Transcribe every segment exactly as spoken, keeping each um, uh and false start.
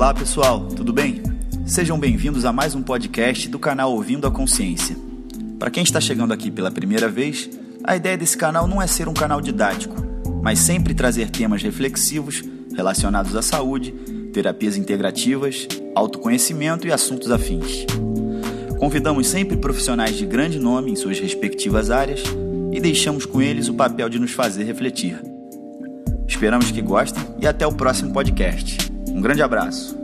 Olá pessoal, tudo bem? Sejam bem-vindos a mais um podcast do canal Ouvindo a Consciência. Para quem está chegando aqui pela primeira vez, a ideia desse canal não é ser um canal didático, mas sempre trazer temas reflexivos relacionados à saúde, terapias integrativas, autoconhecimento e assuntos afins. Convidamos sempre profissionais de grande nome em suas respectivas áreas e deixamos com eles o papel de nos fazer refletir. Esperamos que gostem e até o próximo podcast. Um grande abraço.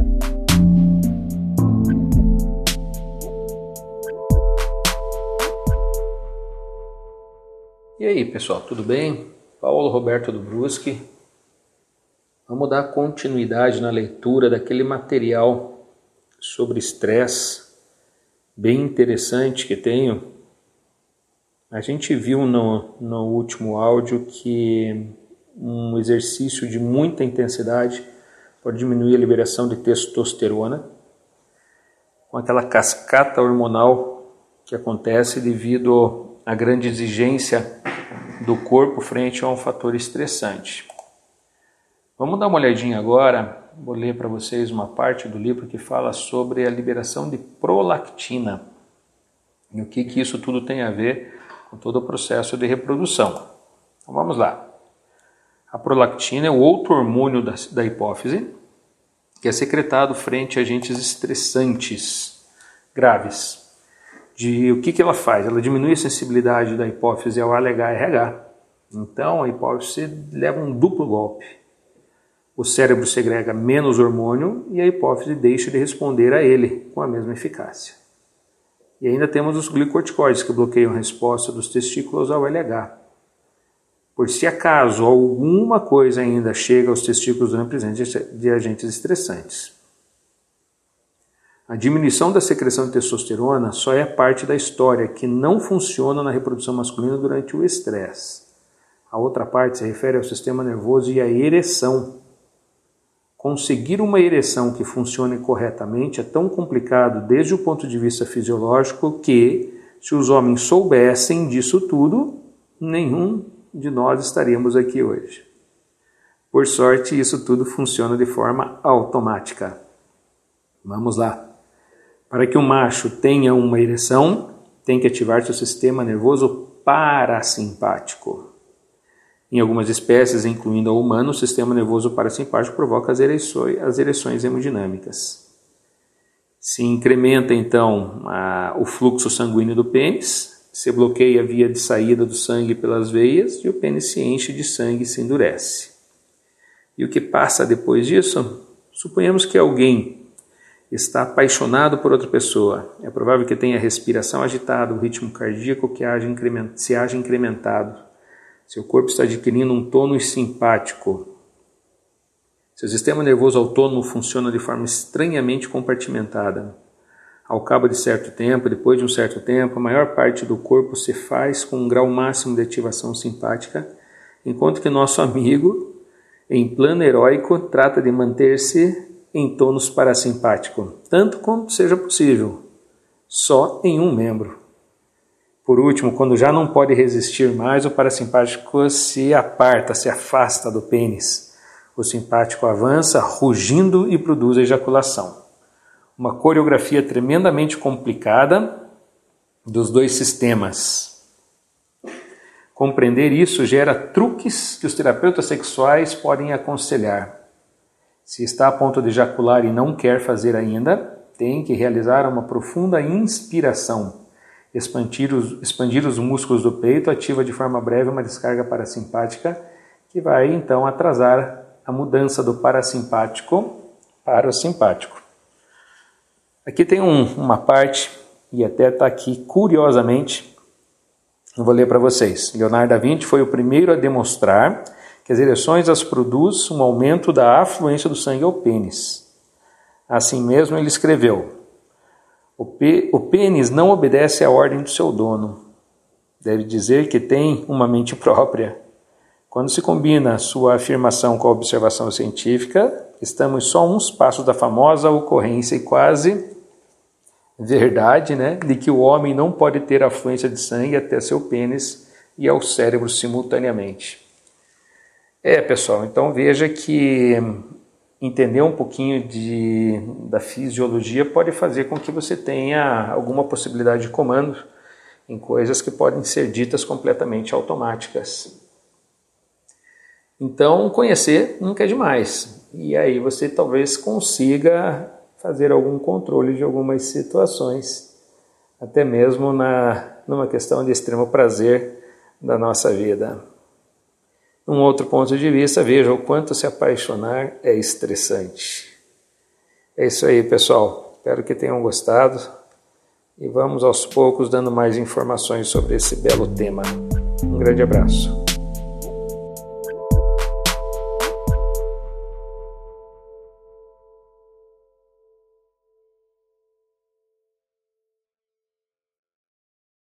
E aí, pessoal, tudo bem? Paulo Roberto do Brusque. Vamos dar continuidade na leitura daquele material sobre estresse, bem interessante que tenho. A gente viu no, no último áudio que um exercício de muita intensidade pode diminuir a liberação de testosterona, com aquela cascata hormonal que acontece devido à grande exigência do corpo frente a um fator estressante. Vamos dar uma olhadinha agora, vou ler para vocês uma parte do livro que fala sobre a liberação de prolactina e o que, que isso tudo tem a ver com todo o processo de reprodução. Então vamos lá. A prolactina é o outro hormônio da, da hipófise, que é secretado frente a agentes estressantes graves. De, o que, que ela faz? Ela diminui a sensibilidade da hipófise ao L H R H. Então a hipófise leva um duplo golpe. O cérebro segrega menos hormônio e a hipófise deixa de responder a ele com a mesma eficácia. E ainda temos os glicorticoides que bloqueiam a resposta dos testículos ao L H. Por se acaso alguma coisa ainda chega aos testículos durante a presença de agentes estressantes. A diminuição da secreção de testosterona só é parte da história que não funciona na reprodução masculina durante o estresse. A outra parte se refere ao sistema nervoso e à ereção. Conseguir uma ereção que funcione corretamente é tão complicado desde o ponto de vista fisiológico que, se os homens soubessem disso tudo, nenhum de nós estaríamos aqui hoje. Por sorte, isso tudo funciona de forma automática. Vamos lá. Para que o macho tenha uma ereção, tem que ativar seu sistema nervoso parasimpático. Em algumas espécies, incluindo a humana, o sistema nervoso parasimpático provoca as ereções, as ereções hemodinâmicas. Se incrementa, então, a, o fluxo sanguíneo do pênis, se bloqueia a via de saída do sangue pelas veias e o pênis se enche de sangue e se endurece. E o que passa depois disso? Suponhamos que alguém está apaixonado por outra pessoa. É provável que tenha a respiração agitada, o ritmo cardíaco que haja se haja incrementado. Seu corpo está adquirindo um tônus simpático. Seu sistema nervoso autônomo funciona de forma estranhamente compartimentada. Ao cabo de certo tempo, depois de um certo tempo, a maior parte do corpo se faz com um grau máximo de ativação simpática, enquanto que nosso amigo, em plano heróico, trata de manter-se em tônus parasimpático, tanto quanto seja possível, só em um membro. Por último, quando já não pode resistir mais, o parasimpático se aparta, se afasta do pênis. O simpático avança, rugindo e produz a ejaculação. Uma coreografia tremendamente complicada dos dois sistemas. Compreender isso gera truques que os terapeutas sexuais podem aconselhar. Se está a ponto de ejacular e não quer fazer ainda, tem que realizar uma profunda inspiração. Expandir os, expandir os músculos do peito ativa de forma breve uma descarga parasimpática que vai então atrasar a mudança do parasimpático para o simpático. Aqui tem um, uma parte, e até está aqui curiosamente, eu vou ler para vocês. Leonardo da Vinci foi o primeiro a demonstrar que as ereções as produz um aumento da afluência do sangue ao pênis. Assim mesmo ele escreveu: o, pê, o pênis não obedece à ordem do seu dono. Deve dizer que tem uma mente própria. Quando se combina a sua afirmação com a observação científica, estamos só uns passos da famosa ocorrência e quase verdade, né, de que o homem não pode ter afluência de sangue até seu pênis e ao cérebro simultaneamente. É, pessoal, então veja que entender um pouquinho de, da fisiologia pode fazer com que você tenha alguma possibilidade de comando em coisas que podem ser ditas completamente automáticas. Então, conhecer nunca é demais. E aí você talvez consiga fazer algum controle de algumas situações, até mesmo na, numa questão de extremo prazer da nossa vida. Um outro ponto de vista, veja o quanto se apaixonar é estressante. É isso aí, pessoal. Espero que tenham gostado. E vamos aos poucos dando mais informações sobre esse belo tema. Um grande abraço.